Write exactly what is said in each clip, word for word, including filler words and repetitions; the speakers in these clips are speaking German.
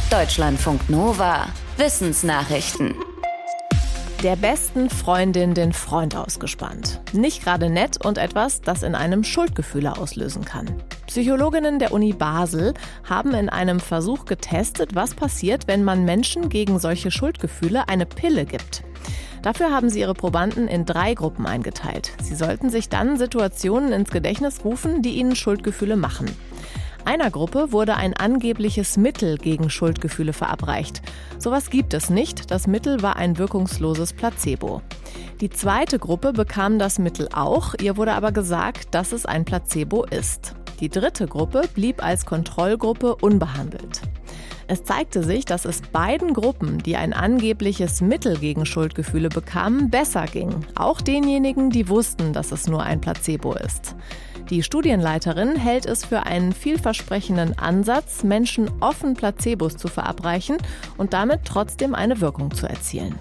Deutschlandfunk Nova Wissensnachrichten. Der besten Freundin den Freund ausgespannt. Nicht gerade nett und etwas, das in einem Schuldgefühle auslösen kann. Psychologinnen der Uni Basel haben in einem Versuch getestet, was passiert, wenn man Menschen gegen solche Schuldgefühle eine Pille gibt. Dafür haben sie ihre Probanden in drei Gruppen eingeteilt. Sie sollten sich dann Situationen ins Gedächtnis rufen, die ihnen Schuldgefühle machen. Einer Gruppe wurde ein angebliches Mittel gegen Schuldgefühle verabreicht. Sowas gibt es nicht, das Mittel war ein wirkungsloses Placebo. Die zweite Gruppe bekam das Mittel auch, ihr wurde aber gesagt, dass es ein Placebo ist. Die dritte Gruppe blieb als Kontrollgruppe unbehandelt. Es zeigte sich, dass es beiden Gruppen, die ein angebliches Mittel gegen Schuldgefühle bekamen, besser ging. Auch denjenigen, die wussten, dass es nur ein Placebo ist. Die Studienleiterin hält es für einen vielversprechenden Ansatz, Menschen offen Placebos zu verabreichen und damit trotzdem eine Wirkung zu erzielen.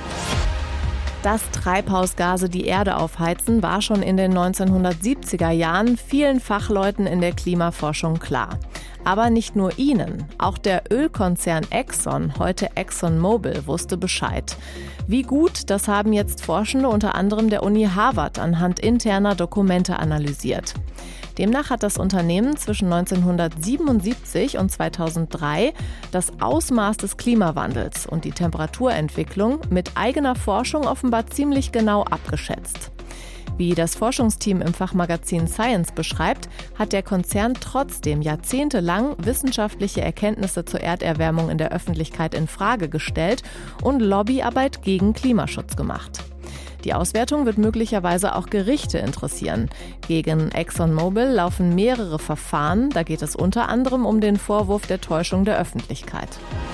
Dass Treibhausgase die Erde aufheizen, war schon in den neunzehnhundertsiebziger Jahren vielen Fachleuten in der Klimaforschung klar. Aber nicht nur ihnen. Auch der Ölkonzern Exxon, heute ExxonMobil, wusste Bescheid. Wie gut, das haben jetzt Forschende unter anderem der Uni Harvard anhand interner Dokumente analysiert. Demnach hat das Unternehmen zwischen neunzehnhundertsiebenundsiebzig und zweitausenddrei das Ausmaß des Klimawandels und die Temperaturentwicklung mit eigener Forschung offenbar ziemlich genau abgeschätzt. Wie das Forschungsteam im Fachmagazin Science beschreibt, hat der Konzern trotzdem jahrzehntelang wissenschaftliche Erkenntnisse zur Erderwärmung in der Öffentlichkeit in Frage gestellt und Lobbyarbeit gegen Klimaschutz gemacht. Die Auswertung wird möglicherweise auch Gerichte interessieren. Gegen ExxonMobil laufen mehrere Verfahren, da geht es unter anderem um den Vorwurf der Täuschung der Öffentlichkeit.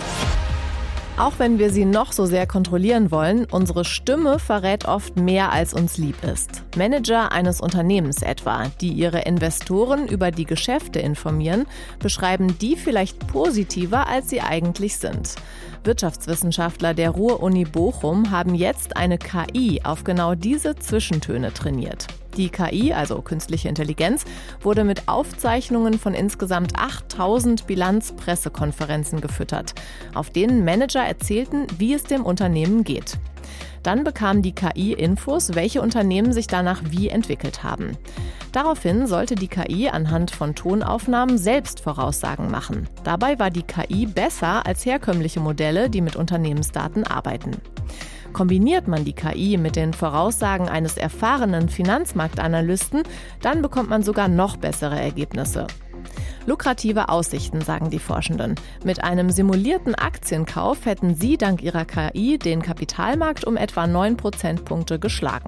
Auch wenn wir sie noch so sehr kontrollieren wollen, unsere Stimme verrät oft mehr, als uns lieb ist. Manager eines Unternehmens etwa, die ihre Investoren über die Geschäfte informieren, beschreiben die vielleicht positiver, als sie eigentlich sind. Wirtschaftswissenschaftler der Ruhr-Uni Bochum haben jetzt eine K I auf genau diese Zwischentöne trainiert. Die K I, also künstliche Intelligenz, wurde mit Aufzeichnungen von insgesamt achttausend Bilanzpressekonferenzen gefüttert, auf denen Manager erzählten, wie es dem Unternehmen geht. Dann bekam die K I Infos, welche Unternehmen sich danach wie entwickelt haben. Daraufhin sollte die K I anhand von Tonaufnahmen selbst Voraussagen machen. Dabei war die K I besser als herkömmliche Modelle, die mit Unternehmensdaten arbeiten. Kombiniert man die K I mit den Voraussagen eines erfahrenen Finanzmarktanalysten, dann bekommt man sogar noch bessere Ergebnisse. Lukrative Aussichten, sagen die Forschenden. Mit einem simulierten Aktienkauf hätten sie dank ihrer K I den Kapitalmarkt um etwa neun Prozentpunkte geschlagen.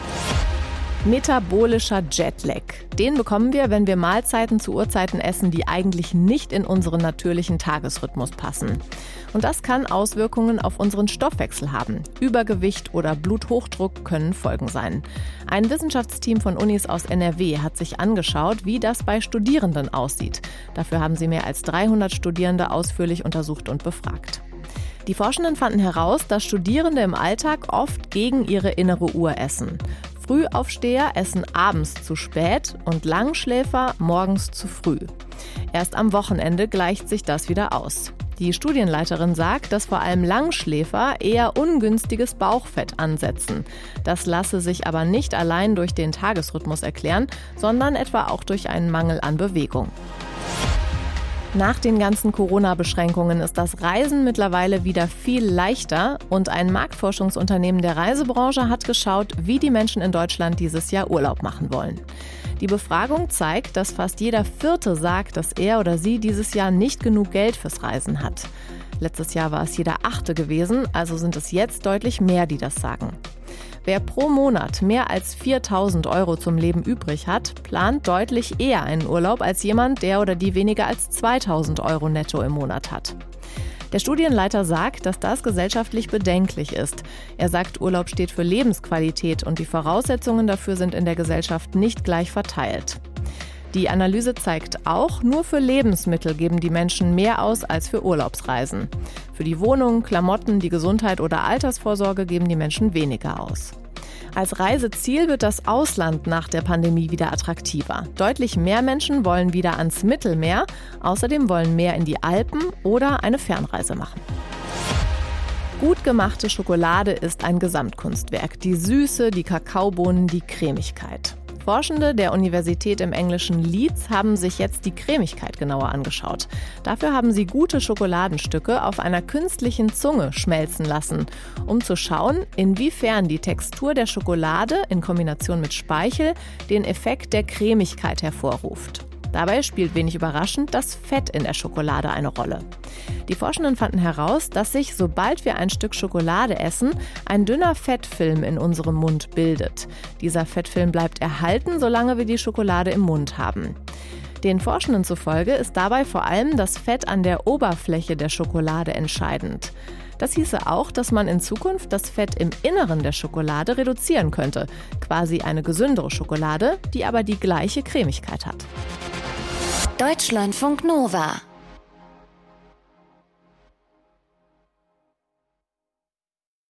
Metabolischer Jetlag. Den bekommen wir, wenn wir Mahlzeiten zu Uhrzeiten essen, die eigentlich nicht in unseren natürlichen Tagesrhythmus passen. Und das kann Auswirkungen auf unseren Stoffwechsel haben. Übergewicht oder Bluthochdruck können Folgen sein. Ein Wissenschaftsteam von Unis aus N R W hat sich angeschaut, wie das bei Studierenden aussieht. Dafür haben sie mehr als dreihundert Studierende ausführlich untersucht und befragt. Die Forschenden fanden heraus, dass Studierende im Alltag oft gegen ihre innere Uhr essen. Frühaufsteher essen abends zu spät und Langschläfer morgens zu früh. Erst am Wochenende gleicht sich das wieder aus. Die Studienleiterin sagt, dass vor allem Langschläfer eher ungünstiges Bauchfett ansetzen. Das lasse sich aber nicht allein durch den Tagesrhythmus erklären, sondern etwa auch durch einen Mangel an Bewegung. Nach den ganzen Corona-Beschränkungen ist das Reisen mittlerweile wieder viel leichter und ein Marktforschungsunternehmen der Reisebranche hat geschaut, wie die Menschen in Deutschland dieses Jahr Urlaub machen wollen. Die Befragung zeigt, dass fast jeder Vierte sagt, dass er oder sie dieses Jahr nicht genug Geld fürs Reisen hat. Letztes Jahr war es jeder Achte gewesen, also sind es jetzt deutlich mehr, die das sagen. Wer pro Monat mehr als viertausend Euro zum Leben übrig hat, plant deutlich eher einen Urlaub als jemand, der oder die weniger als zweitausend Euro netto im Monat hat. Der Studienleiter sagt, dass das gesellschaftlich bedenklich ist. Er sagt, Urlaub steht für Lebensqualität und die Voraussetzungen dafür sind in der Gesellschaft nicht gleich verteilt. Die Analyse zeigt auch, nur für Lebensmittel geben die Menschen mehr aus als für Urlaubsreisen. Für die Wohnung, Klamotten, die Gesundheit oder Altersvorsorge geben die Menschen weniger aus. Als Reiseziel wird das Ausland nach der Pandemie wieder attraktiver. Deutlich mehr Menschen wollen wieder ans Mittelmeer. Außerdem wollen mehr in die Alpen oder eine Fernreise machen. Gut gemachte Schokolade ist ein Gesamtkunstwerk. Die Süße, die Kakaobohnen, die Cremigkeit. Forschende der Universität im englischen Leeds haben sich jetzt die Cremigkeit genauer angeschaut. Dafür haben sie gute Schokoladenstücke auf einer künstlichen Zunge schmelzen lassen, um zu schauen, inwiefern die Textur der Schokolade in Kombination mit Speichel den Effekt der Cremigkeit hervorruft. Dabei spielt wenig überraschend das Fett in der Schokolade eine Rolle. Die Forschenden fanden heraus, dass sich, sobald wir ein Stück Schokolade essen, ein dünner Fettfilm in unserem Mund bildet. Dieser Fettfilm bleibt erhalten, solange wir die Schokolade im Mund haben. Den Forschenden zufolge ist dabei vor allem das Fett an der Oberfläche der Schokolade entscheidend. Das hieße auch, dass man in Zukunft das Fett im Inneren der Schokolade reduzieren könnte. Quasi eine gesündere Schokolade, die aber die gleiche Cremigkeit hat. Deutschlandfunk Nova